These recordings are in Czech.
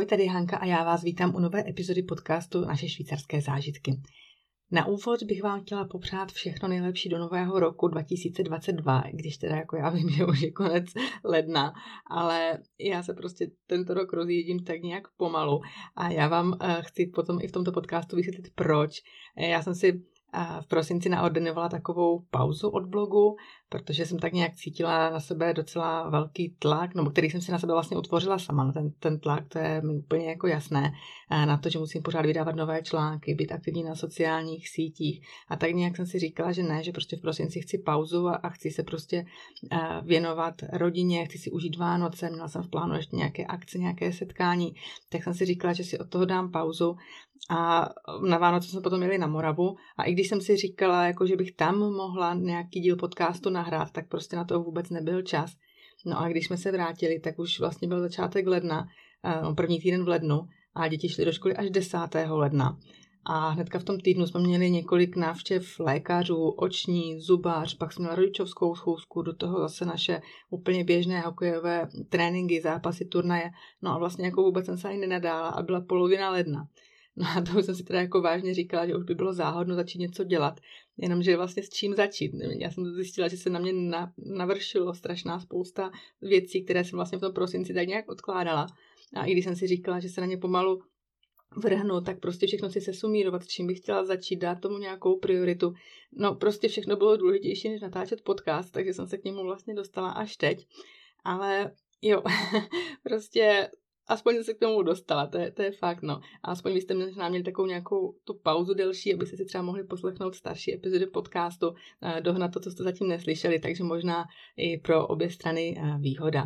Ahoj, tady Hanka a já vás vítám u nové epizody podcastu Naše švýcarské zážitky. Na úvod bych vám chtěla popřát všechno nejlepší do nového roku 2022, když teda jako já vím, že už je konec ledna, ale já se prostě tento rok rozjíždím tak nějak pomalu a já vám chci potom i v tomto podcastu vysvětlit proč. Já jsem si v prosinci naordinovala takovou pauzu od blogu, protože jsem tak nějak cítila na sebe docela velký tlak, nebo který jsem si na sebe vlastně utvořila sama. No ten tlak, to je mi úplně jako jasné, na to, že musím pořád vydávat nové články, být aktivní na sociálních sítích. A tak nějak jsem si říkala, že ne, že prostě v prosinci chci pauzu a chci se prostě věnovat rodině, chci si užít Vánoce, měla jsem v plánu ještě nějaké akce, nějaké setkání, tak jsem si říkala, že si od toho dám pauzu. A na Vánoce jsme potom jeli na Moravu a i když jsem si říkala, jako, že bych tam mohla nějaký díl podcastu nahrát, tak prostě na to vůbec nebyl čas. No a když jsme se vrátili, tak už vlastně byl začátek ledna, první týden v lednu a děti šly do školy až 10. ledna. A hnedka v tom týdnu jsme měli několik návštěv lékařů, oční, zubář, pak jsme měli rodičovskou schůzku, do toho zase naše úplně běžné hokejové tréninky, zápasy, turnaje. No a vlastně jako vůbec jsem se ani nenadála a byla polovina ledna. No a to jsem si teda jako vážně říkala, že už by bylo záhodno začít něco dělat, jenomže vlastně s čím začít. Já jsem zjistila, že se na mě navršilo strašná spousta věcí, které jsem vlastně v tom prosinci tak nějak odkládala. A i když jsem si říkala, že se na ně pomalu vrhnu, tak prostě všechno si sesumírovat, s čím bych chtěla začít, dát tomu nějakou prioritu. No prostě všechno bylo důležitější, než natáčet podcast, takže jsem se k němu vlastně dostala až teď. Ale jo, prostě aspoň se k tomu dostala, to je fakt, no. A aspoň byste měli takovou nějakou tu pauzu delší, abyste si třeba mohli poslechnout starší epizody podcastu, dohnat to, co jste zatím neslyšeli, takže možná i pro obě strany výhoda.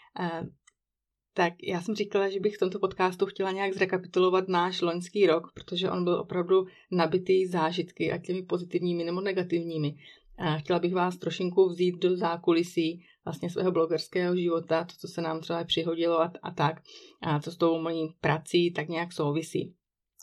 Tak já jsem říkala, že bych v tomto podcastu chtěla nějak zrekapitulovat náš loňský rok, protože on byl opravdu nabitý zážitky, ať těmi pozitivními nebo negativními. Chtěla bych vás trošinku vzít do zákulisí vlastně svého blogerského života, to, co se nám třeba přihodilo a tak, a co s tou mojí prací tak nějak souvisí.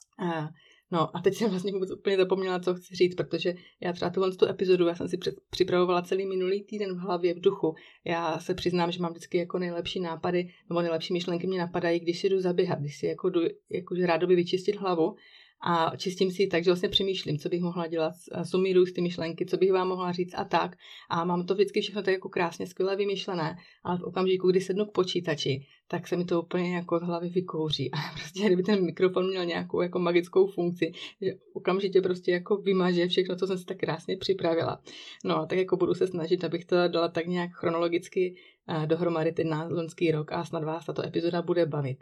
No a teď jsem vlastně vůbec úplně zapomněla, co chci říct, protože já třeba tu epizodu, já jsem si připravovala celý minulý týden v hlavě, v duchu. Já se přiznám, že mám vždycky jako nejlepší nápady, nebo nejlepší myšlenky mě napadají, když si jdu zaběhat, když si jakože rádoby vyčistit hlavu. A čistím si tak, že vlastně přemýšlím, co bych mohla dělat, sumíruju si ty myšlenky, co bych vám mohla říct a tak. A mám to vždycky všechno tak jako krásně, skvěle vymyšlené, ale v okamžiku, kdy sednu k počítači, tak se mi to úplně jako z hlavy vykouří. A prostě kdyby ten mikrofon měl nějakou jako magickou funkci, že okamžitě prostě jako vymaže všechno, co jsem si tak krásně připravila. No, tak jako budu se snažit, abych to dala tak nějak chronologicky dohromady ten loňský rok a snad vás tato epizoda bude bavit.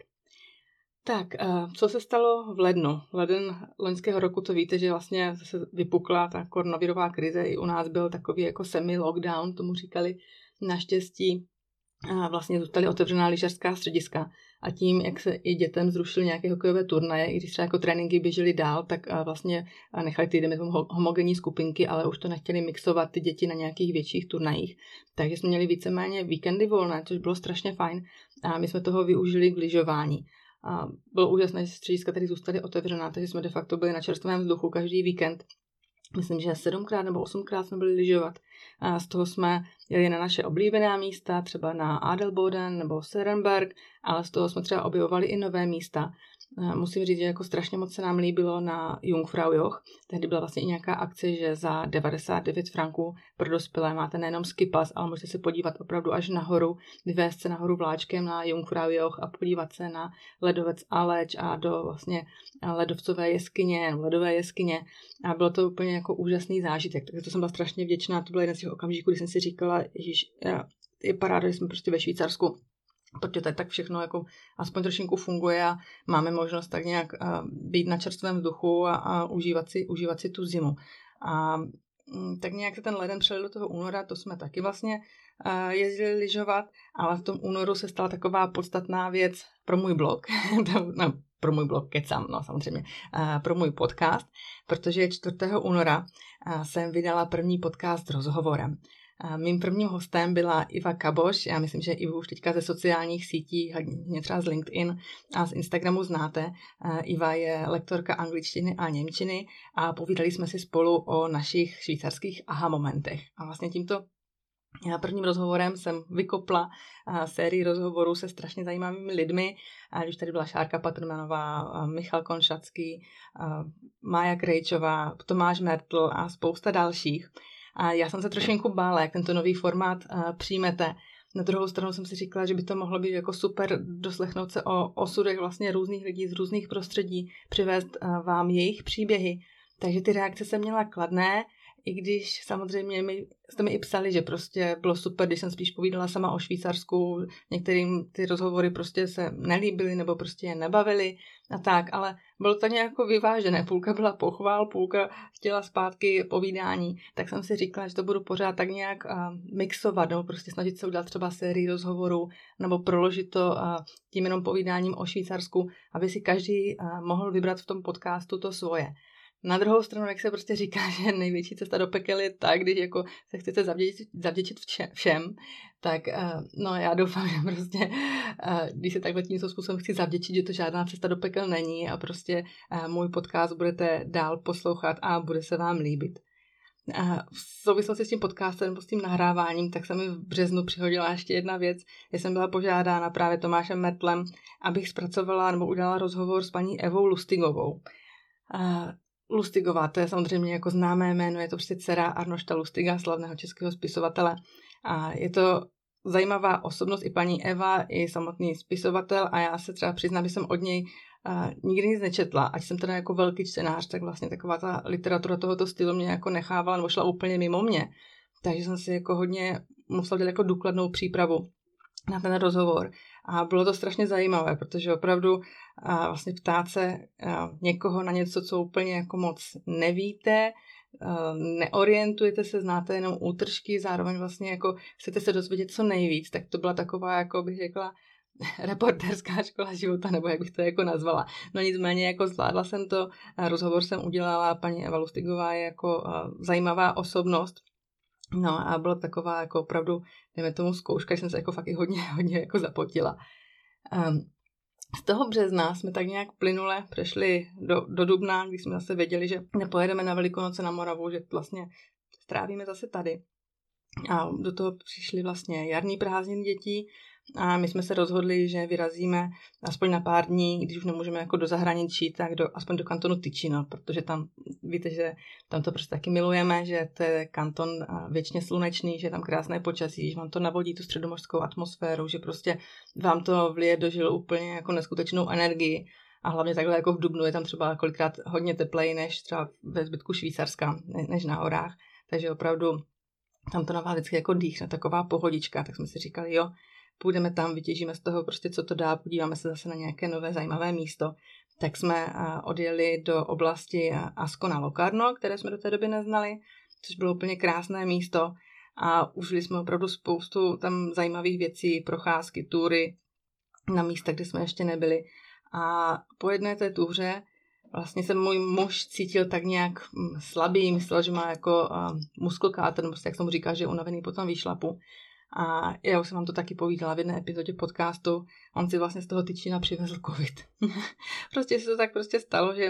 Tak, co se stalo v lednu? Leden loňského roku, to víte, že vlastně se vypukla ta koronavirová krize, i u nás byl takový jako semi-lockdown, tomu říkali naštěstí. Vlastně zůstaly otevřená lyžařská střediska a tím, jak se i dětem zrušily nějaké hokejové turnaje, i když třeba jako tréninky běžely dál, tak vlastně nechali ty homogenní skupinky, ale už to nechtěli mixovat ty děti na nějakých větších turnajích. Takže jsme měli víceméně víkendy volné, což bylo strašně fajn a my jsme toho využili k lyžování. A bylo úžasné, že střediska tady zůstaly otevřená, takže jsme de facto byli na čerstvém vzduchu každý víkend. Myslím, že 7krát nebo 8krát jsme byli lyžovat. A z toho jsme jeli na naše oblíbená místa, třeba na Adelboden nebo Serenberg, ale z toho jsme třeba objevovali i nové místa. Musím říct, že jako strašně moc se nám líbilo na Jungfraujoch. Tehdy byla vlastně i nějaká akce, že za 99 franků pro dospělé máte nejenom ski pas, ale můžete se podívat opravdu až nahoru, vyvést se nahoru vláčkem na Jungfraujoch a podívat se na ledovec Aleč a do vlastně ledové jeskyně. A bylo to úplně jako úžasný zážitek, takže to jsem byla strašně vděčná. To byl jeden z těch okamžiků, kdy jsem si říkala, ježiš, je paráda, že jsme prostě ve Švýcarsku, protože tady tak všechno jako aspoň trošinku funguje a máme možnost tak nějak být na čerstvém vzduchu a užívat si tu zimu. A tak nějak se ten leden přelil do toho února, to jsme taky vlastně jezdili lyžovat, ale v tom únoru se stala taková podstatná věc pro můj blog, pro můj blog kecam, no samozřejmě, pro můj podcast, protože 4. února jsem vydala první podcast s rozhovorem. Mým prvním hostem byla Iva Kaboš, já myslím, že Ivu už teďka ze sociálních sítí, hodně třeba z LinkedIn a z Instagramu znáte. Iva je lektorka angličtiny a němčiny a povídali jsme si spolu o našich švýcarských aha momentech. A vlastně tímto Prvním rozhovorem jsem vykopla sérii rozhovorů se strašně zajímavými lidmi, když tady byla Šárka Patrmanová, Michal Konšacký, Mája Krejčová, Tomáš Mertl a spousta dalších. A já jsem se trošinku bála, jak tento nový formát přijmete. Na druhou stranu jsem si říkala, že by to mohlo být jako super doslechnout se o osudech vlastně různých lidí z různých prostředí, přivést vám jejich příběhy. Takže ty reakce jsem měla kladné, i když samozřejmě jste mi i psali, že prostě bylo super, když jsem spíš povídala sama o Švýcarsku, některým ty rozhovory prostě se nelíbily nebo prostě je nebavily a tak, ale bylo to nějak jako vyvážené. Půlka byla pochvál, půlka chtěla zpátky povídání, tak jsem si říkala, že to budu pořád tak nějak mixovat, nebo prostě snažit se udělat třeba sérii rozhovorů, nebo proložit to tím jenom povídáním o Švýcarsku, aby si každý mohl vybrat v tom podcastu to svoje. Na druhou stranu, jak se prostě říká, že největší cesta do pekel je ta, když jako se chcete zavděčit všem, tak no já doufám, že prostě, když se takhle tímto způsobem chci zavděčit, že to žádná cesta do pekel není a prostě můj podcast budete dál poslouchat a bude se vám líbit. V souvislosti s tím podcastem nebo s tím nahráváním, tak se mi v březnu přihodila ještě jedna věc. Já jsem byla požádána právě Tomášem Mertlem, abych zpracovala nebo udělala rozhovor s paní Evou Lustigovou. Lustigová, to je samozřejmě jako známé jméno, je to prostě dcera Arnošta Lustiga, slavného českého spisovatele. A je to zajímavá osobnost i paní Eva, i samotný spisovatel a já se třeba přiznám, že jsem od něj nikdy nic nečetla, ať jsem teda jako velký čtenář, tak vlastně taková ta literatura tohoto stylu mě jako nechávala nebo šla úplně mimo mě. Takže jsem si jako hodně musela dělat jako důkladnou přípravu na ten rozhovor. A bylo to strašně zajímavé, protože opravdu vlastně ptát se někoho na něco, co úplně jako moc nevíte, neorientujete se, znáte jenom útržky, zároveň vlastně jako chcete se dozvědět co nejvíc, tak to byla taková, jako bych řekla, reportérská škola života, nebo jak bych to jako nazvala. No nicméně jako zvládla jsem to, rozhovor jsem udělala, paní Eva Lustigová je jako zajímavá osobnost. No a byla taková jako opravdu, dejme tomu zkouška, že jsem se jako fakt i hodně jako zapotila. Z toho března jsme tak nějak plynule přešli do dubna, když jsme zase věděli, že nepojedeme na Velikonoce na Moravu, že vlastně strávíme zase tady. A do toho přišly vlastně jarní prázdniny dětí a my jsme se rozhodli, že vyrazíme aspoň na pár dní, když už nemůžeme jako do zahraničí, tak aspoň do kantonu Ticino, protože tam, víte, že tam to prostě taky milujeme, že to je kanton věčně slunečný, že je tam krásné počasí, že vám to navodí tu středomořskou atmosféru, že prostě vám to vlije do žil úplně jako neskutečnou energii. A hlavně takhle jako v dubnu je tam třeba kolikrát hodně tepleji než třeba ve zbytku Švýcarska, než na horách. Takže opravdu tam to na vás vždycky jako dýchne, taková pohodička, tak jsme si říkali, jo, půjdeme tam, vytěžíme z toho prostě, co to dá, podíváme se zase na nějaké nové zajímavé místo. Tak jsme odjeli do oblasti Ascona Locarno, které jsme do té doby neznali, což bylo úplně krásné místo a užili jsme opravdu spoustu tam zajímavých věcí, procházky, tury na místa, kde jsme ještě nebyli. A po jedné té túře vlastně se můj muž cítil tak nějak slabý, myslel, že má jako muskelkáter, prostě jak jsem mu říkal, že je unavený po tom výšlapu. A já už jsem vám to taky povídala v jedné epizodě podcastu, on si vlastně z toho Ticina přivezl covid. Prostě se to tak prostě stalo, že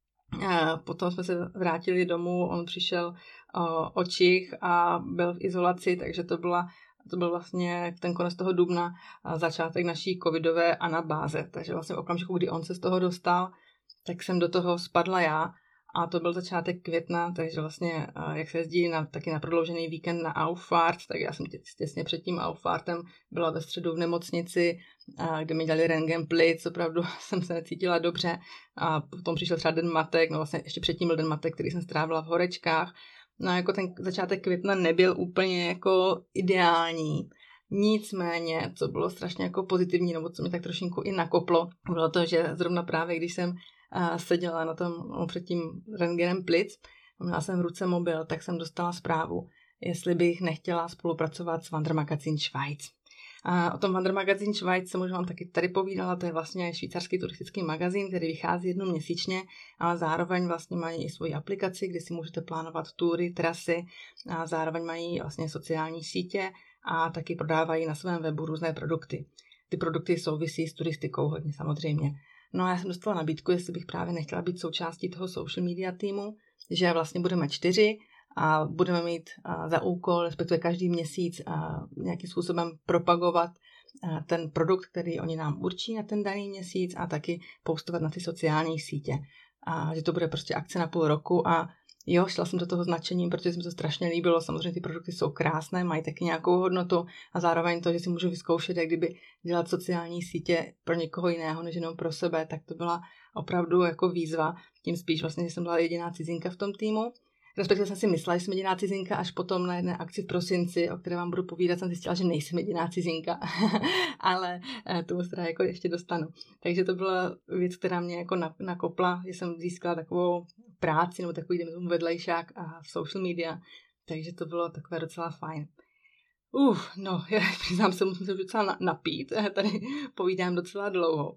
potom jsme se vrátili domů, on přišel o čich a byl v izolaci, takže to byl vlastně ten konec toho dubna začátek naší covidové anabáze. Takže vlastně v okamžiku, kdy on se z toho dostal, tak jsem do toho spadla já a to byl začátek května, takže vlastně, jak se jezdí taky na prodloužený víkend na Auffahrt, tak já jsem těsně před tím Auffahrtem byla ve středu v nemocnici, kde mi dělali rentgen plic, opravdu jsem se necítila dobře a potom přišel třeba den matek, no vlastně ještě předtím byl den matek, který jsem strávila v horečkách. No jako ten začátek května nebyl úplně jako ideální. Nicméně, co bylo strašně jako pozitivní, nebo co mi tak trošinku i nakoplo, bylo to, že zrovna právě když jsem seděla na tom před tím rentgenem plic, měla jsem v ruce mobil, tak jsem dostala zprávu, jestli bych nechtěla spolupracovat s Wandermagazin Schweiz. A o tom Wandermagazin Schweiz jsem už vám taky tady povídala, to je vlastně švýcarský turistický magazín, který vychází jednou měsíčně, ale zároveň vlastně mají i svoji aplikaci, kde si můžete plánovat tury, trasy a zároveň mají vlastně sociální sítě a taky prodávají na svém webu různé produkty. Ty produkty souvisí s turistikou hodně samozřejmě. No a já jsem dostala nabídku, jestli bych právě nechtěla být součástí toho social media týmu, že vlastně budeme 4 a budeme mít za úkol, respektive každý měsíc nějakým způsobem propagovat ten produkt, který oni nám určí na ten daný měsíc a taky postovat na ty sociální sítě. A že to bude prostě akce na půl roku a jo, šla jsem do toho značením, protože mi to strašně líbilo. Samozřejmě ty produkty jsou krásné, mají taky nějakou hodnotu a zároveň to, že si můžu vyzkoušet, jak kdyby dělat sociální sítě pro někoho jiného, než jenom pro sebe, tak to byla opravdu jako výzva. Tím spíš vlastně, že jsem byla jediná cizinka v tom týmu. Respektive jsem si myslela, že jsem jediná cizinka, až potom na jedné akci v prosinci, o které vám budu povídat, jsem zjistila, že nejsem jediná cizinka, ale tomu se teda jako ještě dostanu. Takže to byla věc, která mě jako nakopla, že jsem získala takovou práci nebo takový vedlejšák v social media, takže to bylo takové docela fajn. No, já přiznám se, musím se docela napít, tady povídám docela dlouho.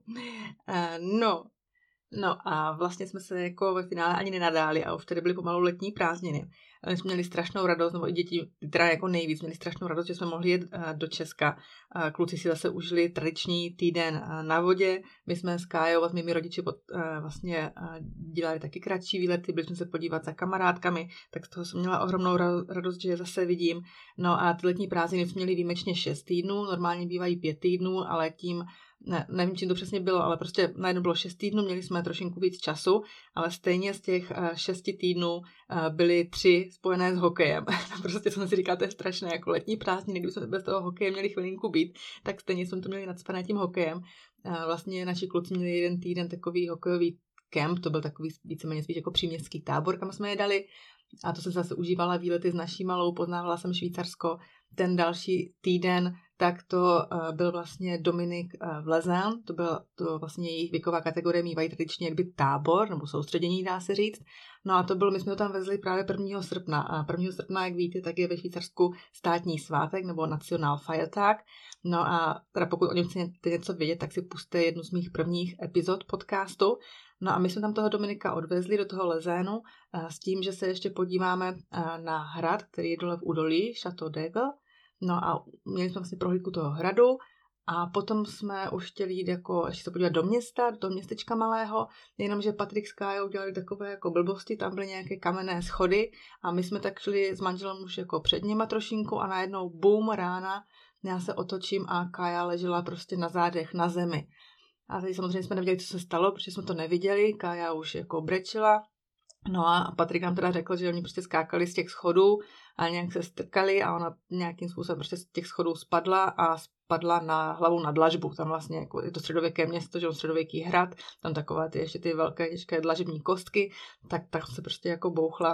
No a vlastně jsme se jako ve finále ani nenadáli a už tady byly pomalu letní prázdniny. Ale jsme měli strašnou radost, nebo i děti, teda jako nejvíc, měli strašnou radost, že jsme mohli jet do Česka. Kluci si zase užili tradiční týden na vodě. My jsme s Kájou a s mými rodiči vlastně dělali taky kratší výlety, byli jsme se podívat za kamarádkami, tak z toho jsem měla ohromnou radost, že je zase vidím. No a ty letní prázdniny jsme měli výjimečně 6 týdnů, normálně bývají 5 týdnů, ale tím nevím, čím to přesně bylo, ale prostě najednou bylo 6 týdnů, měli jsme trošinku víc času, ale stejně z těch 6 týdnů byly 3 spojené s hokejem. Prostě jsem si říkala, to je strašné, jako letní prázdniny, kdyby jsme bez toho hokeje měli chvilinku být, tak stejně jsme to měli nacpané tím hokejem. Vlastně naši kluci měli jeden týden takový hokejový kemp, to byl takový víceméně spíš jako příměstský tábor, kam jsme je dali. A to jsem zase užívala výlety s naší malou, poznávala jsem Švýcarsko. Ten další týden, tak to byl vlastně Dominik v Lezán, to byla to vlastně jejich věková kategorie, mývají tradičně jakby tábor, nebo soustředění, dá se říct. No a to byl, my jsme ho tam vezli právě 1. srpna. A 1. srpna, jak víte, tak je ve Švýcarsku státní svátek, nebo Nationalfeiertag. No a teda pokud o něm chcete něco vědět, tak si pusťte jednu z mých prvních epizod podcastu. No a my jsme tam toho Dominika odvezli do toho Lezénu s tím, že se ještě podíváme na hrad, který je dole v údolí, Château d'Aigle. No a měli jsme vlastně prohlídku toho hradu a potom jsme už chtěli jít jako ještě se podívat do města, do toho městečka malého, jenomže Patrik s Kájou dělali takové jako blbosti, tam byly nějaké kamenné schody a my jsme tak šli s manželem už jako před něma trošinku a najednou bum, rána, já se otočím a Kája ležela prostě na zádech, na zemi. A tady samozřejmě jsme nevěděli, co se stalo, protože jsme to neviděli, Kája už jako brečela. No a Patrik nám teda řekl, že oni prostě skákali z těch schodů a nějak se strkali a ona nějakým způsobem prostě z těch schodů spadla a spadla na hlavu na dlažbu. Tam vlastně jako je to středověké město, že středověký hrad, tam takové ještě ty velké těžké dlažební kostky, tak se prostě jako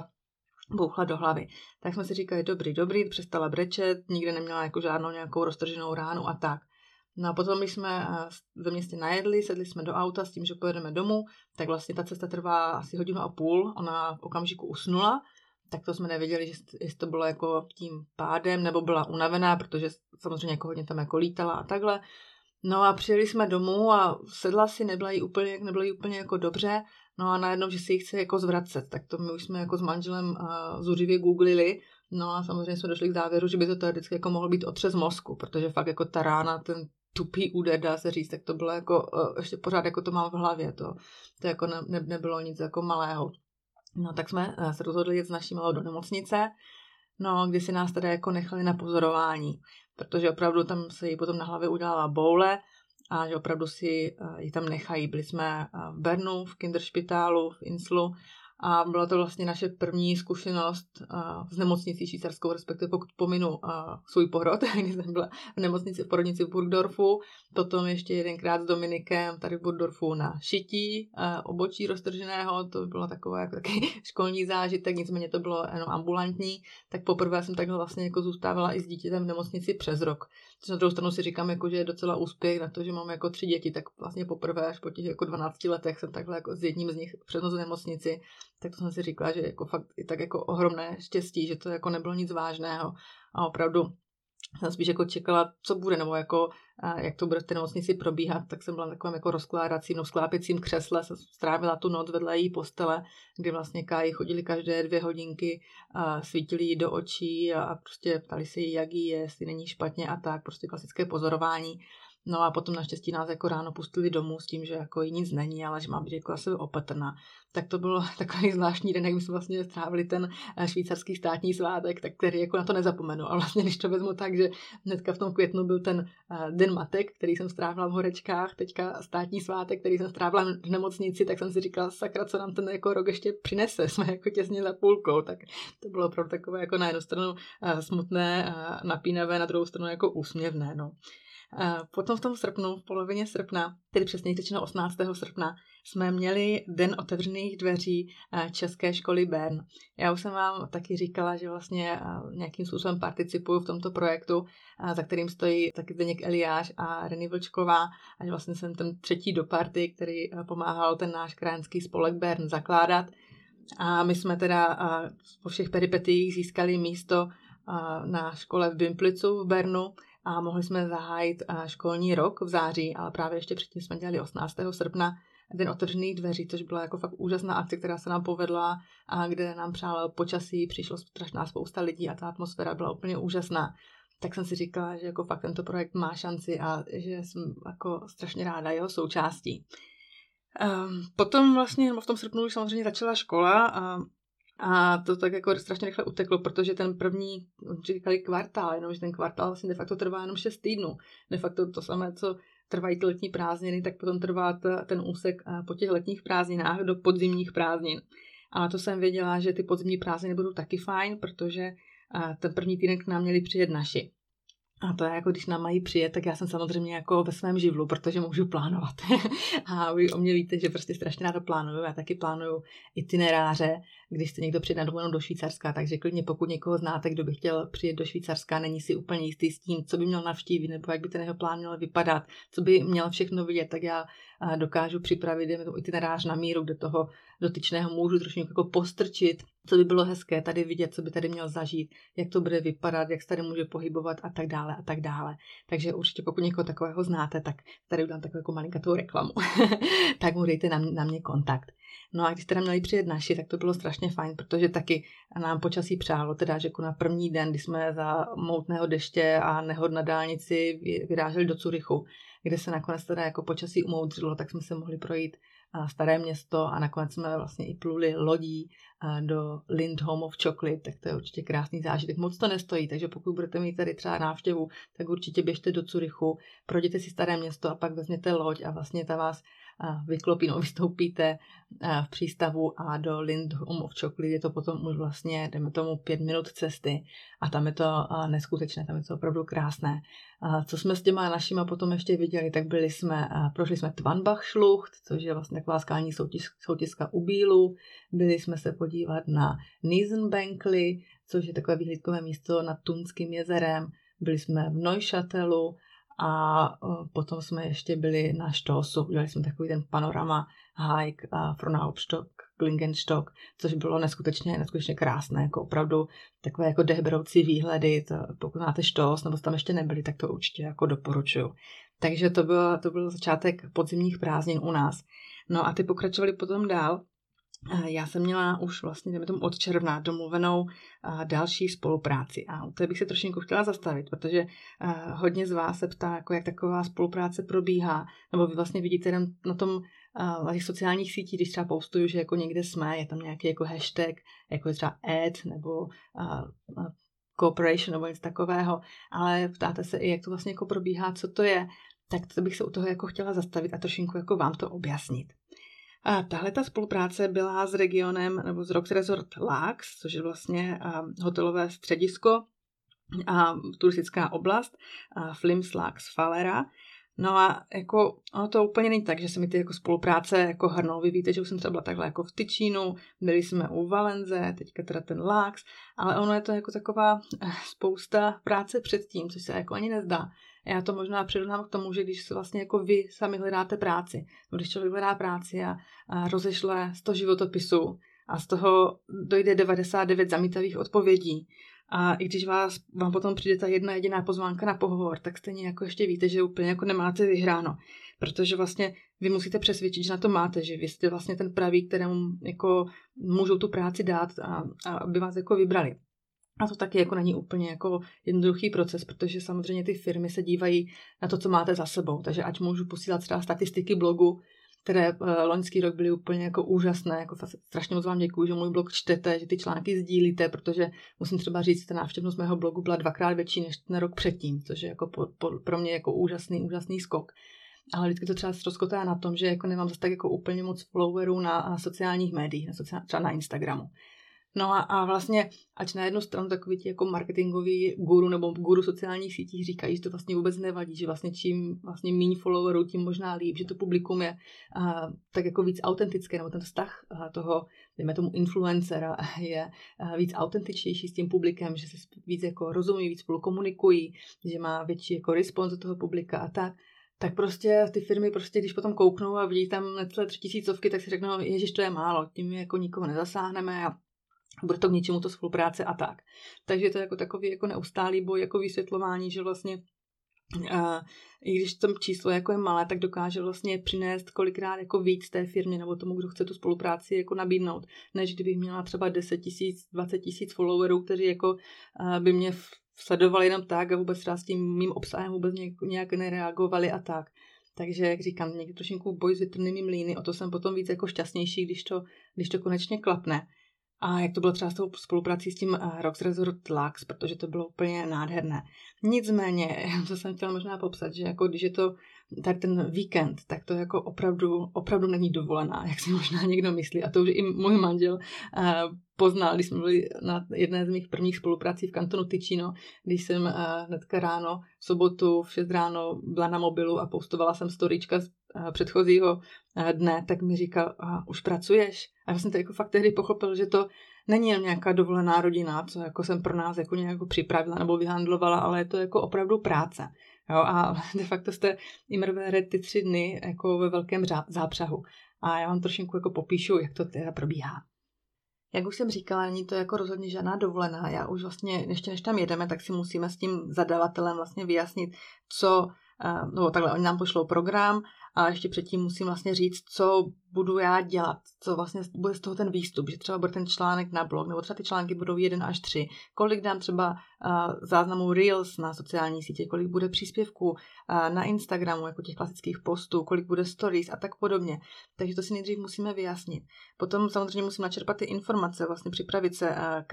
bouchla do hlavy. Tak jsme si říkali, dobrý, přestala brečet, nikde neměla jako žádnou nějakou roztrženou ránu a tak. No a potom, když jsme ve městě najedli, sedli jsme do auta s tím, že pojedeme domů, tak vlastně ta cesta trvá asi 1,5 hodiny, ona v okamžiku usnula, tak to jsme nevěděli, jestli to bylo jako tím pádem, nebo byla unavená, protože samozřejmě jako hodně tam jako lítala a takhle. No a přijeli jsme domů a sedla si, nebylo jí úplně jako dobře, no a najednou, že si ji chce jako zvracet, tak to my už jsme jako s manželem zuřivě googlili, no a samozřejmě jsme došli k závěru, že by to teoreticky jako mohl být otřes mozku, protože fakt jako ta rána, ten tupý úder, dá se říct, tak to bylo jako, ještě pořád jako to mám v hlavě, to jako nebylo nic jako malého. No tak jsme se rozhodli jít s naší malou do nemocnice, no kdy si nás teda jako nechali na pozorování, protože opravdu tam se jí potom na hlavě udělala boule a že opravdu si ji tam nechají. Byli jsme v Bernu, v Kinderspitálu, v Inslu a byla to vlastně naše první zkušenost s nemocnicí švýcarskou, respektive pokud pominu svůj porod, kdy jsem byla v porodnici v Burgdorfu, potom ještě jedenkrát s Dominikem tady v Burgdorfu na šití obočí roztrženého, to bylo takové jako taky školní zážitek, nicméně to bylo jenom ambulantní, tak poprvé jsem takhle vlastně jako zůstávala i s dítětem v nemocnici přes rok. Což na druhou stranu si říkám, jako, že je docela úspěch na to, že mám jako 3 děti, tak vlastně poprvé až po těch jako 12 letech jsem takhle jako s jedním z nich přes noc v nemocnici. Tak to jsem si říkala, že jako fakt i tak jako ohromné štěstí, že to jako nebylo nic vážného a opravdu jsem spíš jako čekala, co bude, nebo jako jak to bude v té nemocnici probíhat, tak jsem byla na takovém jako sklápěcím křesle, jsem strávila tu noc vedle její postele, kdy vlastně Káji chodili každé 2 hodinky, svítili jí do očí a prostě ptali se jí, jak jí je, jestli není špatně a tak, prostě klasické pozorování. No a potom naštěstí nás jako ráno pustili domů s tím, že jako nic není, ale že má být jako asi opatrná. Tak to bylo takový zvláštní den, jak my jsme vlastně strávili ten švýcarský státní svátek, tak který jako na to nezapomenu. A vlastně když to vezmu tak, že hnedka v tom květnu byl ten den matek, který jsem strávila v Horečkách, teďka státní svátek, který jsem strávila v nemocnici, tak jsem si říkala, sakra, co nám ten jako rok ještě přinese, jsme jako těsně za půlkou, tak to bylo opravdu takové jako na jednu stranu smutné, napínavé, na druhou stranu jako úsměvné, no. Potom v tom srpnu, v polovině srpna, tedy přesně řečeno 18. srpna, jsme měli den otevřených dveří České školy Bern. Já už jsem vám taky říkala, že vlastně nějakým způsobem participuju v tomto projektu, za kterým stojí taky Zdeněk Eliáš a Reny Vlčková, a že vlastně jsem ten třetí do party, který pomáhal ten náš krajanský spolek Bern zakládat. A my jsme teda po všech peripetiích získali místo na škole v Bimplicu v Bernu a mohli jsme zahájit školní rok v září, ale právě ještě předtím jsme dělali 18. srpna den otevřených dveří, což byla jako fakt úžasná akce, která se nám povedla a kde nám přálo počasí, přišlo strašná spousta lidí a ta atmosféra byla úplně úžasná. Tak jsem si říkala, že jako fakt tento projekt má šanci a že jsem jako strašně ráda jeho součástí. Potom vlastně v tom srpnu už samozřejmě začala škola a to tak jako strašně rychle uteklo, protože ten první, říkali kvartál, jenomže ten kvartál vlastně de facto trvá jenom 6 týdnů. De facto to samé, co trvají ty letní prázdniny, tak potom trvá ten úsek po těch letních prázdninách do podzimních prázdnin. A to jsem věděla, že ty podzimní prázdniny budou taky fajn, protože ten první týden k nám měli přijet naši. A to je jako, když nám mají přijet, tak já jsem samozřejmě jako ve svém živlu, protože můžu plánovat. A vy o mě víte, že prostě strašně ráda plánuju. Já taky plánuju itineráře, když chce někdo přijet na dovolenou do Švýcarska, takže klidně pokud někoho znáte, kdo by chtěl přijet do Švýcarska, není si úplně jistý s tím, co by měl navštívit, nebo jak by ten jeho plán měl vypadat, co by měl všechno vidět, tak já dokážu připravit itinerář na míru, kde toho dotyčného můžu trošku jako postrčit, co by bylo hezké tady vidět, co by tady měl zažít, jak to bude vypadat, jak se tady může pohybovat a tak dále a tak dále. Takže určitě pokud někoho takového znáte, tak tady udělám takovou jako malinkatou reklamu. Tak mu dejte na mě kontakt. No a když teda měli přijet naši, tak to bylo strašně fajn, protože taky nám počasí přálo, teda že jako na první den, kdy jsme za moutného deště a nehod na dálnici vyráželi do Curychu, kde se nakonec teda jako počasí umoudřilo, tak jsme se mohli projít Staré Město a nakonec jsme vlastně i pluli lodí do Lindt Home of Chocolate, tak to je určitě krásný zážitek. Moc to nestojí, takže pokud budete mít tady třeba návštěvu, tak určitě běžte do Curychu, projděte si Staré Město a pak vezměte loď a vlastně ta vás vystoupíte v přístavu a do Lindt Home of Chocolate je to potom už vlastně, jdeme tomu 5 minut cesty a tam je to neskutečné, tam je to opravdu krásné. Co jsme s těma našima potom ještě viděli, tak prošli jsme Tvanbach Schlucht, což je vlastně taková skální soutězka u Bílu, byli jsme se podívat na Niesenbänkli, což je takové výhlídkové místo nad Tunským jezerem, byli jsme v Neuchâtelu a potom jsme ještě byli na Štósu, udělali jsme takový ten panorama hike Frohnhauptstock, Klingenstock, což bylo neskutečně krásné, jako opravdu takové jako dechberoucí výhledy, pokud máte Štós, nebo tam ještě nebyli, tak to určitě jako doporučuju. Takže to byl začátek podzimních prázdnin u nás. No a ty pokračovali potom dál. Já jsem měla už vlastně od června domluvenou další spolupráci a u té bych se trošku chtěla zastavit, protože hodně z vás se ptá, jako jak taková spolupráce probíhá, nebo vy vlastně vidíte jenom na tom na těch sociálních sítích, když třeba postuju, že jako někde jsme, je tam nějaký jako hashtag, jako je třeba ad nebo cooperation nebo něco takového, ale ptáte se i, jak to vlastně jako probíhá, co to je, tak to bych se u toho jako chtěla zastavit a trošku jako vám to objasnit. A tahle ta spolupráce byla s regionem, nebo s Rox Resort Laax, což je vlastně hotelové středisko a turistická oblast, Flims Laax Fallera. No a jako ono to úplně není tak, že se mi ty jako spolupráce jako hrnou. Vy víte, že už jsem třeba byla takhle jako v Tyčínu, byli jsme u Valenze, teďka teda ten Laax, ale ono je to jako taková spousta práce předtím, což se jako ani nezdá. Já to možná přirovnám k tomu, že když se vlastně jako vy sami hledáte práci, když člověk hledá práci a rozešle 100 životopisů a z toho dojde 99 zamítavých odpovědí, a i když vám potom přijde ta jedna jediná pozvánka na pohovor, tak stejně jako ještě víte, že úplně jako nemáte vyhráno. Protože vlastně vy musíte přesvědčit, že na to máte, že vy jste vlastně ten pravý, kterému jako můžou tu práci dát a aby vás jako vybrali. A to taky jako není úplně jako jednoduchý proces, protože samozřejmě ty firmy se dívají na to, co máte za sebou. Takže ať můžu posílat třeba statistiky blogu, které loňský rok byly úplně jako úžasné, jako strašně moc vám děkuju, že můj blog čtete, že ty články sdílíte, protože musím třeba říct, že ta návštěvnost mého blogu byla 2x větší než ten rok předtím, což je jako pro mě jako úžasný skok. Ale vždycky to třeba ztroskotá na tom, že jako nemám zase tak jako úplně moc followerů na sociálních médiích, třeba na Instagramu. No a vlastně, ať na jednu stranu takový ti jako marketingový guru nebo guru sociálních sítích říkají, že to vlastně vůbec nevadí, že vlastně čím vlastně méně followerů, tím možná líp, že to publikum je tak jako víc autentické, nebo ten vztah toho, dejme tomu influencera, je víc autentičtější s tím publikem, že se víc jako rozumí, víc spolu komunikují, že má větší jako respons od toho publika a tak prostě ty firmy prostě, když potom kouknou a vidí tam necelé 3000, tak si řeknou, ježiš, to je málo, tím jako nikoho nezasáhneme a bude to k ničemu to spolupráce a tak. Takže to je jako takový jako neustálý boj, jako vysvětlování, že vlastně i když to číslo jako je malé, tak dokáže vlastně přinést kolikrát jako víc té firmě nebo tomu, kdo chce tu spolupráci jako nabídnout, než kdybych měla třeba 10 000, 20 000 followerů, kteří jako by mě sledovali jenom tak a vůbec třeba s tím mým obsahem vůbec nějak nereagovali a tak. Takže, jak říkám, někdy trošinku boj s větrnými mlýny, o to jsem potom víc jako šťastnější, když to konečně klapne. A jak to bylo třeba s tou spoluprací s tím Rocks Resort Lux, protože to bylo úplně nádherné. Nicméně, co jsem chtěla možná popsat, že jako když je to tak ten víkend, tak to jako opravdu není dovolená, jak si možná někdo myslí. A to už i můj manžel poznal, když jsme byli na jedné z mých prvních spoluprací v kantonu Ticino, když jsem hnedka ráno, v sobotu v 6 ráno byla na mobilu a postovala jsem storyčka z předchozího dne, tak mi říkal, už pracuješ? A já jsem to jako fakt tehdy pochopil, že to není jen nějaká dovolená rodina, co jako jsem pro nás jako nějak připravila nebo vyhandlovala, ale je to jako opravdu práce. Jo, a de facto jste immerware ty 3 dny jako ve velkém zápřahu. A já vám trošinku jako popíšu, jak to teda probíhá. Jak už jsem říkala, není to jako rozhodně žádná dovolená. Já už vlastně, ještě než tam jedeme, tak si musíme s tím zadavatelem vlastně vyjasnit, no takhle, oni nám pošlou program a ještě předtím musím vlastně říct, co budu já dělat, co vlastně bude z toho ten výstup, že třeba bude ten článek na blog, nebo třeba ty články budou 1 až 3, kolik dám třeba záznamů Reels na sociální sítě, kolik bude příspěvků na Instagramu, jako těch klasických postů, kolik bude stories a tak podobně. Takže to si nejdřív musíme vyjasnit. Potom samozřejmě musím načerpat ty informace, vlastně připravit se,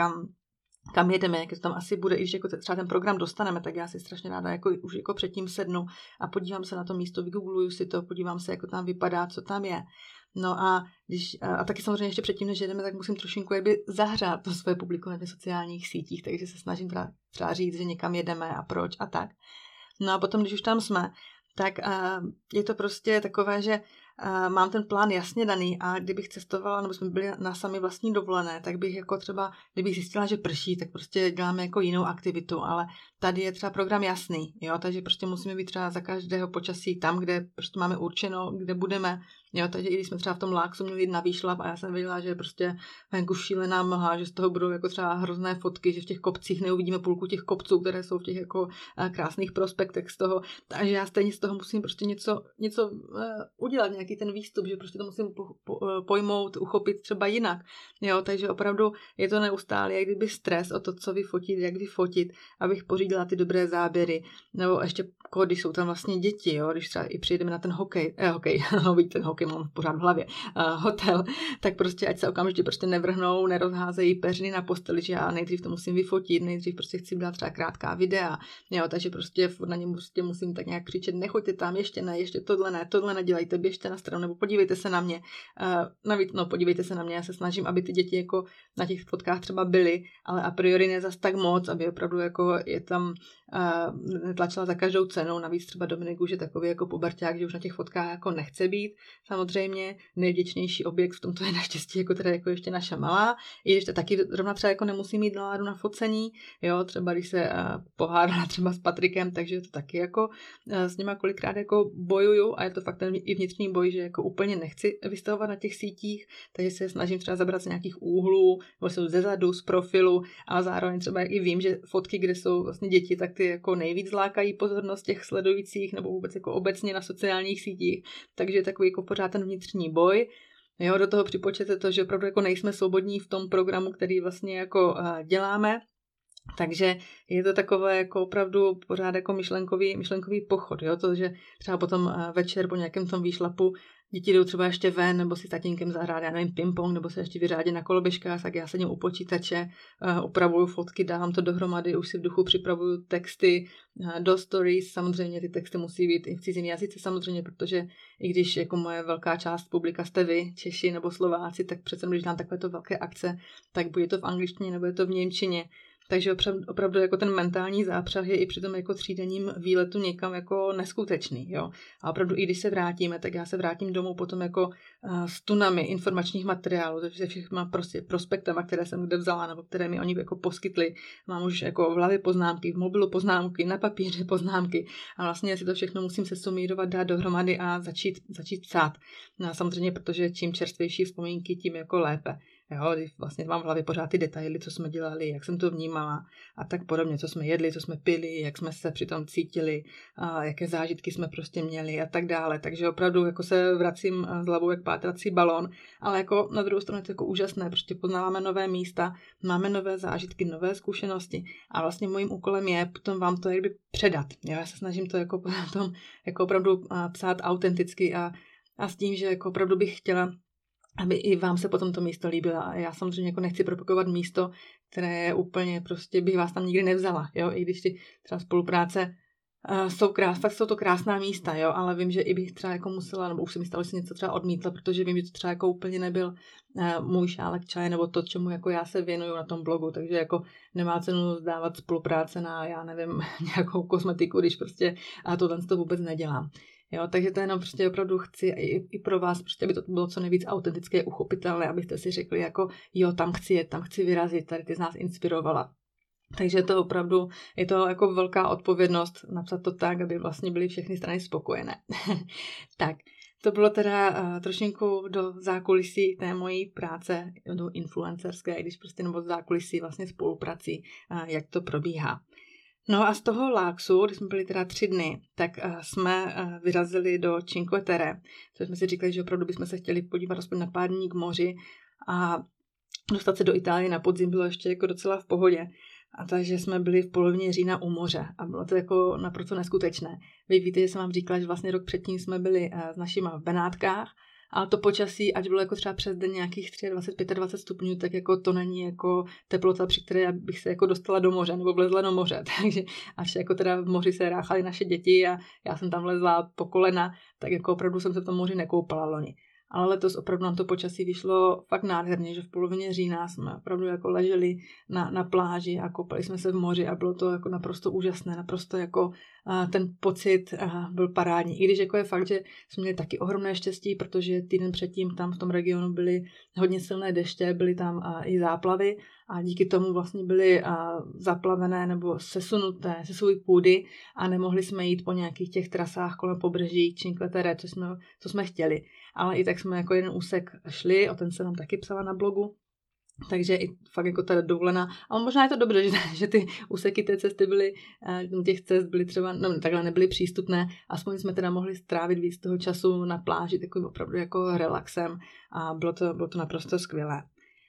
kam jedeme, jak to tam asi bude, i když jako třeba ten program dostaneme, tak já si strašně ráda už jako předtím sednu a podívám se na to místo, vygoogluju si to, podívám se, jak to tam vypadá, co tam je. No a taky samozřejmě ještě předtím, než jedeme, tak musím trošinku zahřát to svoje publikum na těch sociálních sítích, takže se snažím třeba říct, že někam jedeme a proč a tak. No a potom, když už tam jsme, tak je to prostě takové, že mám ten plán jasně daný a kdybych cestovala, nebo jsme byli na sami vlastní dovolené, tak bych jako třeba, kdybych zjistila, že prší, tak prostě děláme jako jinou aktivitu, ale tady je třeba program jasný, jo, takže prostě musíme být třeba za každého počasí tam, kde prostě máme určeno, kde budeme, jo, takže i když jsme třeba v tom Luxu měli jít na výšlap a já jsem věděla, že prostě venku šílená mlha, že z toho budou jako třeba hrozné fotky, že v těch kopcích neuvidíme půlku těch kopců, které jsou v těch jako krásných prospektech z toho, takže já stejně z toho musím prostě něco udělat, nějaký ten výstup, že prostě to musím pojmout, uchopit třeba jinak, jo, takže opravdu je to neustále, jak kdyby stres o to, co vyfotit, jak vyfotit, abych pořídila ty dobré záběry, nebo ještě když jsou tam vlastně děti, jo, když třeba i přijedeme na ten hokej, ten hokej mám pořád v hlavě, hotel, tak prostě ať se okamžitě prostě nevrhnou, nerozházejí peřiny na posteli, že já nejdřív to musím vyfotit, nejdřív prostě chci dát třeba krátká videa, jo, takže prostě na něm prostě musím tak nějak křičet, nechoďte tam, ještě ne, ještě tohle nedělejte, běžte na stranu, nebo podívejte se na mě, podívejte se na mě, já se snažím, aby ty děti jako na těch fotkách třeba byly, ale a priori ne zas tak moc, aby opravdu jako je tam netlačila za každou cenu, navíc třeba Dominik už je takový jako puberťák, že už na těch fotkách jako nechce být, samozřejmě nejvděčnější objekt v tomto je naštěstí jako teda jako ještě naša malá, i když to taky rovna třeba jako nemusí mít náladu na focení, jo, třeba když se pohádala třeba s Patrikem, takže to taky jako s nima kolikrát jako bojuju a je to fakt ten i vnitřní boj, že jako úplně nechci vystavovat na těch sítích, takže se snažím třeba zabrat z nějakých úhlů, nebo jsou ze zadu, z profilu, ale zároveň třeba i vím, že fotky, kde jsou vlastně děti, tak ty jako nejvíc lákají pozornost těch sledujících nebo vůbec jako obecně na sociálních sítích, takže je takový jako pořád ten vnitřní boj. Jo, do toho připočtěte to, že opravdu jako nejsme svobodní v tom programu, který vlastně jako děláme. Takže je to takové jako opravdu pořád jako myšlenkový pochod, jo? To, že třeba potom večer po nějakém tom výšlapu děti jdou třeba ještě ven, nebo si s tatínkem zahrát, já nevím, ping-pong, nebo se ještě vyřádí na koloběžkách, tak já sedím u počítače, upravuju fotky, dávám to dohromady, už si v duchu připravuju texty do stories, samozřejmě ty texty musí být i v cizím jazyce samozřejmě, protože i když jako moje velká část publika jste vy, Češi nebo Slováci, tak přece když dám takovéto velké akce, tak bude to v angličtině nebo je to v němčině. Takže opravdu jako ten mentální zápřah je i při tom jako třídenním výletu někam jako neskutečný, jo. A opravdu i když se vrátíme, tak já se vrátím domů potom jako s tunami informačních materiálů, takže všechno prostě prospektama, které jsem kde vzala, nebo které mi oni jako poskytli. Mám už jako v hlavě poznámky, v mobilu poznámky, na papíře poznámky a vlastně si to všechno musím se sumírovat, dát dohromady a začít psát. No a samozřejmě, protože čím čerstvější vzpomínky, tím jako lépe. Jo, vlastně mám v hlavě pořád ty detaily, co jsme dělali, jak jsem to vnímala a tak podobně, co jsme jedli, co jsme pili, jak jsme se přitom cítili, a jaké zážitky jsme prostě měli a tak dále. Takže opravdu jako se vracím s hlavou jak pátrací balón, ale jako na druhou stranu je to jako úžasné, prostě poznáváme nové místa, máme nové zážitky, nové zkušenosti a vlastně mojím úkolem je potom vám to jakby předat. Jo, já se snažím to jako potom jako opravdu psát autenticky a s tím, že jako opravdu bych chtěla, aby i vám se potom to místo líbilo. A já samozřejmě jako nechci propagovat místo, které je úplně prostě bych vás tam nikdy nevzala, jo, i když ty třeba spolupráce fakt jsou to krásná místa, jo, ale vím, že i bych třeba jako musela, nebo už se mi stalo, že si něco třeba odmítla, protože vím, že to třeba jako úplně nebyl můj šálek čaje, nebo to, čemu jako já se věnuju na tom blogu, takže jako nemá cenu dávat spolupráce na, já nevím, nějakou kosmetiku, když prostě tohle to vůbec nedělám. Jo, takže to jenom prostě opravdu chci i pro vás, prostě, aby to bylo co nejvíc autentické, uchopitelné, abyste si řekli jako jo, tam chci jet, tam chci vyrazit, tady ty z nás inspirovala. Takže to opravdu je to jako velká odpovědnost napsat to tak, aby vlastně byly všechny strany spokojené. Tak, to bylo teda trošinku do zákulisí té mojí práce, do influencerské, když prostě nebo zákulisí vlastně spoluprací, jak to probíhá. No a z toho Láksu, když jsme byli teda 3 dny, tak jsme vyrazili do Cinque Terre, což jsme si říkali, že opravdu bychom se chtěli podívat aspoň na pár dní k moři a dostat se do Itálie na podzim bylo ještě jako docela v pohodě. A takže jsme byli v polovině října u moře a bylo to jako naprosto neskutečné. Vy víte, že jsem vám říkala, že vlastně rok předtím jsme byli s našima v Benátkách, ale to počasí, ať bylo jako třeba přes den nějakých 23-25 stupňů, tak jako to není jako teplota, při které bych se jako dostala do moře nebo vlezla do moře. Takže až jako teda v moři se ráchaly naše děti a já jsem tam vlezla po kolena, tak jako opravdu jsem se v tom moři nekoupala loni. Ale letos opravdu nám to počasí vyšlo fakt nádherně, že v polovině října jsme opravdu jako leželi na pláži a koupali jsme se v moři a bylo to jako naprosto úžasné, naprosto jako ten pocit byl parádní. I když jako je fakt, že jsme měli taky ohromné štěstí, protože týden předtím tam v tom regionu byly hodně silné deště, byly tam i záplavy a díky tomu vlastně byly zaplavené nebo sesunuté svůj půdy a nemohli jsme jít po nějakých těch trasách kolem pobřeží Cinque Terre, co jsme chtěli. Ale i tak jsme jako jeden úsek šli, o ten jsem vám taky psala na blogu. Takže i fakt jako ta dovolená, ale možná je to dobře, že ty úseky té cesty byly, těch cest byly třeba, no takhle nebyly přístupné, aspoň jsme teda mohli strávit víc toho času na pláži, takovým opravdu jako relaxem a bylo to naprosto skvělé.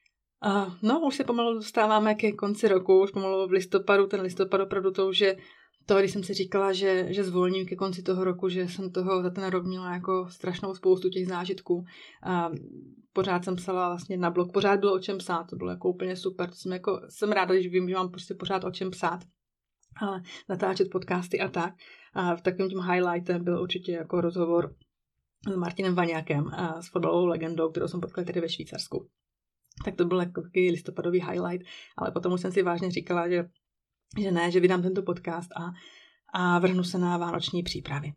No, už se pomalu dostáváme ke konci roku, už pomalu v listopadu, ten listopad opravdu to už je to, když jsem si říkala, že zvolním ke konci toho roku, že jsem toho za ten rok měla jako strašnou spoustu těch zážitků. Pořád jsem psala vlastně na blog, pořád bylo o čem psát, to bylo jako úplně super. Jsem ráda, když vím, že mám prostě pořád o čem psát, ale natáčet podcasty a tak. A v takovým tím highlightem byl určitě jako rozhovor s Martinem Vaňákem, s fotbalovou legendou, kterou jsem potkala tady ve Švýcarsku. Tak to byl jako takový listopadový highlight, ale potom už jsem si vážně říkala, že vydám tento podcast a vrhnu se na vánoční přípravy.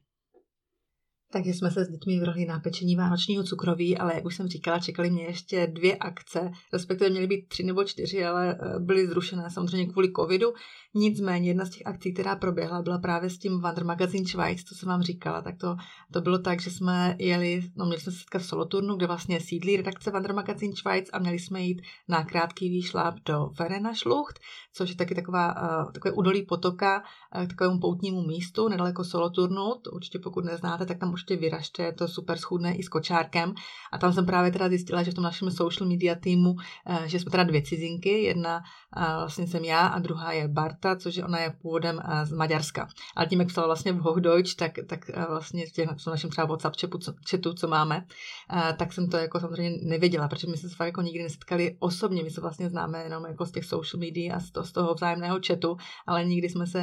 Takže jsme se s dětmi vrhli na pečení vánočního cukroví, ale jak už jsem říkala, čekaly mě ještě 2 akce, respektive měly být 3 nebo 4, ale byly zrušené samozřejmě kvůli covidu. Nicméně jedna z těch akcí, která proběhla, byla právě s tím Wandermagazin Schweiz, co jsem vám říkala, tak to bylo tak, že jsme měli jsme se setkat v Solothurnu, kde vlastně sídlí redakce Wandermagazin Schweiz a měli jsme jít na krátký výšlap do Verena Schlucht, což je taky takové údolí potoka k takovému poutnímu místu nedaleko Solothurnu. To určitě pokud neznáte, tak tam určitě vyražte, je to super schůdné i s kočárkem. A tam jsem právě teda zjistila, že v tom našem social media týmu, že jsme teda 2 cizinky, jedna vlastně jsem já a druhá je Barta, což ona je původem z Maďarska. Ale tím, jak psala vlastně v Hochdeutsch, tak vlastně v našem třeba WhatsApp chatu, co máme, tak jsem to jako samozřejmě nevěděla, protože my jsme se fakt jako nikdy nesetkali osobně, my se vlastně známe jenom jako z těch social media a z toho vzájemného chatu, ale nikdy jsme se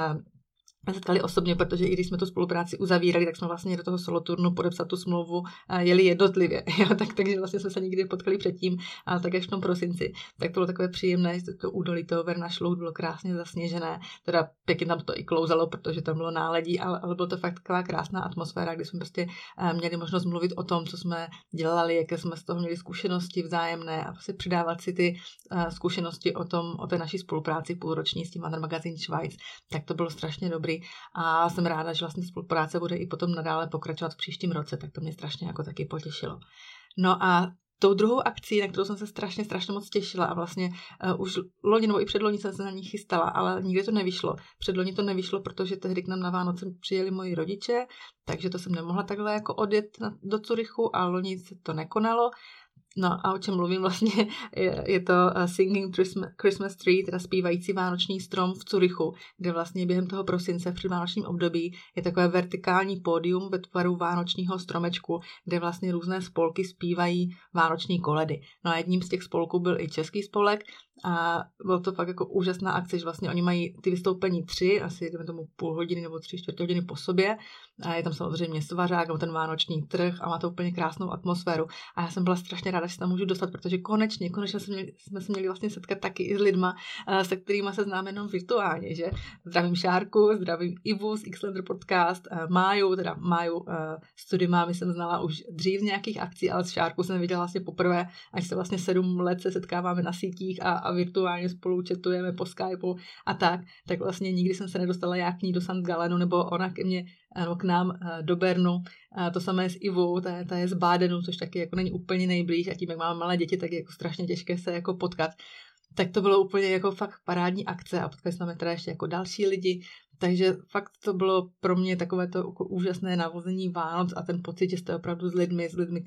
setkali osobně, protože i když jsme tu spolupráci uzavírali, tak jsme vlastně do toho soloturnu podepsat tu smlouvu jeli jednotlivě. Jo? Takže vlastně jsme se nikdy potkali předtím, ale tak až v tom prosinci. Tak to bylo takové příjemné, že to údolí toho Vernašlout bylo krásně zasněžené. Teda pěkně tam to i klouzalo, protože tam bylo náledí, ale bylo to fakt taková krásná atmosféra, kdy jsme prostě měli možnost mluvit o tom, co jsme dělali, jaké jsme z toho měli zkušenosti vzájemné a prostě přidávat si ty zkušenosti o té naší spolupráci půlroční s tím Wandermagazin Schweiz. Tak to bylo strašně dobrý. A jsem ráda, že vlastně spolupráce bude i potom nadále pokračovat v příštím roce, tak to mě strašně jako taky potěšilo. No a tou druhou akcí, na kterou jsem se strašně moc těšila a vlastně už loni nebo i předloni jsem se na ní chystala, ale nikdy to nevyšlo. Předloni to nevyšlo, protože tehdy k nám na Vánoce přijeli moji rodiče, takže to jsem nemohla takhle jako odjet do Curychu a loni se to nekonalo. No a o čem mluvím vlastně, je to Singing Christmas Tree, teda zpívající vánoční strom v Curychu, kde vlastně během toho prosince v předvánočním období je takové vertikální pódium ve tvaru vánočního stromečku, kde vlastně různé spolky zpívají vánoční koledy. No a jedním z těch spolků byl i český spolek a bylo to fakt jako úžasná akce, že vlastně oni mají ty vystoupení 3, asi jdeme tomu půl hodiny nebo 3/4 hodiny po sobě. A je tam samozřejmě svařák, nebo ten vánoční trh a má to úplně krásnou atmosféru. A já jsem byla strašně ráda, že se tam můžu dostat, protože konečně jsme se měli vlastně setkat taky i s lidma, se kterými se známe jenom virtuálně, že? Zdravím Šárku, zdravím Ivu z Xlander Podcast, Máju Study Mámy jsem znala už dřív z nějakých akcí, ale s Šárkou jsem viděla vlastně poprvé, až se vlastně 7 let se setkáváme na sítích a virtuálně spolu chatujeme po Skypeu a tak vlastně nikdy jsem se nedostala já k ní do St. Gallenu, nebo ona ke mně k nám do Bernu. To samé s Ivou, ta je z Bádenu, což taky jako není úplně nejblíž a tím, jak máme malé děti, tak je jako strašně těžké se jako potkat. Tak to bylo úplně jako fakt parádní akce a potkali jsme teda ještě jako další lidi, takže fakt to bylo pro mě takové to jako úžasné navození Vánoc a ten pocit, že jste opravdu s lidmi,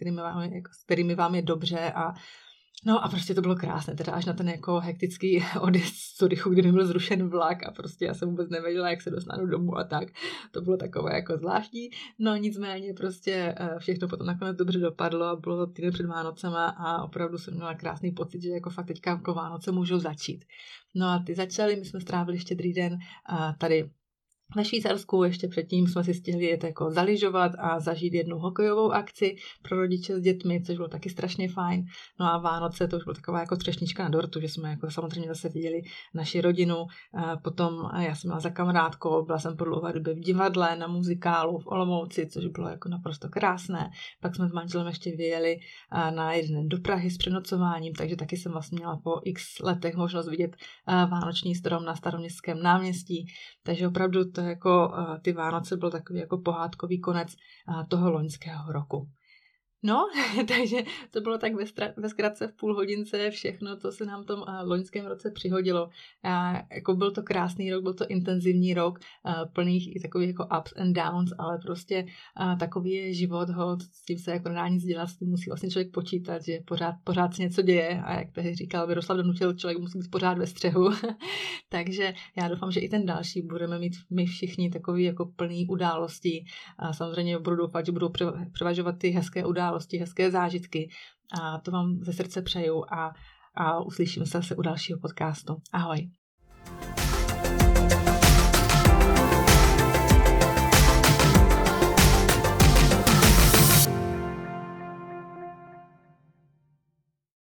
s kterými vám je dobře No a prostě to bylo krásné, teda až na ten jako hektický odjezd z Curychu, kdy mi byl zrušen vlak a prostě já jsem vůbec nevěděla, jak se dostanu domů a tak. To bylo takové jako zvláštní, no nicméně prostě všechno potom nakonec dobře dopadlo a bylo to týden před Vánocema a opravdu jsem měla krásný pocit, že jako fakt teďka pro Vánoce můžou začít. No a ty začaly, my jsme strávili Štědrý den tady ve Švýcarsku. Ještě předtím jsme si stihli jet jako zalyžovat a zažít jednu hokejovou akci pro rodiče s dětmi, což bylo taky strašně fajn. No a Vánoce to už byla taková jako třešnička na dortu, že jsme jako samozřejmě zase viděli naši rodinu. Potom já jsem byla za kamarádkou, byla jsem po dlouhé době v divadle, na muzikálu v Olomouci, což bylo jako naprosto krásné. Pak jsme s manželem ještě vyjeli na jeden den do Prahy s přenocováním, takže taky jsem vlastně měla po x letech možnost vidět vánoční strom na Staroměstském náměstí. Takže opravdu to jako ty Vánoce byl takový jako pohádkový konec toho loňského roku. No, takže to bylo tak ve zkratce v půl hodince všechno, co se nám v tom loňském roce přihodilo. Jako byl to krásný rok, byl to intenzivní rok, plných i takových jako ups and downs, ale prostě takový je život, s tím se jako nedá nic dělat, s tím musí vlastně člověk počítat, že pořád se něco děje a jak tehdy říkal Miroslav Donutil, člověk musí být pořád ve střehu. Takže já doufám, že i ten další budeme mít my všichni takový jako plný událostí. A samozřejmě budu doufat, že budou převažovat ty hezké události, hezké zážitky a to vám ze srdce přeju a uslyšíme se zase u dalšího podcastu. Ahoj.